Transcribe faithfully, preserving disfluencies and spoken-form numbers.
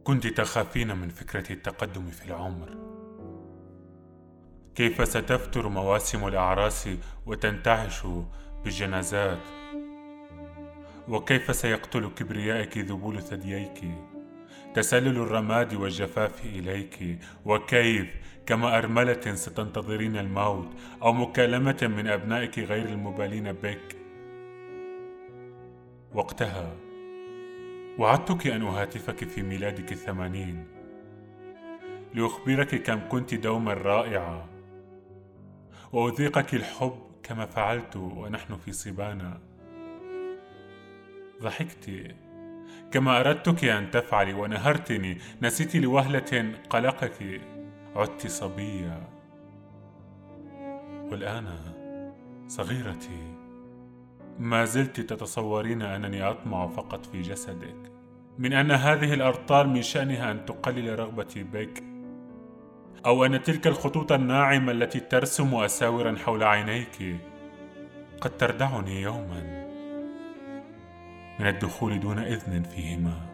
كنت تخافين من فكرة التقدم في العمر، كيف ستفتر مواسم الأعراس وتنتعش بالجنازات، وكيف سيقتل كبريائك ذبول ثدييك، تسلل الرماد والجفاف إليك، وكيف كما أرملة ستنتظرين الموت أو مكالمة من أبنائك غير المبالين بك. وقتها وعدتك أن أهاتفك في ميلادك الثمانين لأخبرك كم كنت دوما رائعة، وأذيقك الحب كما فعلت ونحن في صبانا. ضحكت كما أردتك أن تفعلي ونهرتني، نسيت لوهلة قلقك، عدت صبية. والآن صغيرتي، ما زلت تتصورين أنني أطمع فقط في جسدك، من أن هذه الأرطال من شأنها أن تقلل رغبتي بك، أو أن تلك الخطوط الناعمة التي ترسم أساورا حول عينيك قد تردعني يوما من الدخول دون إذن فيهما.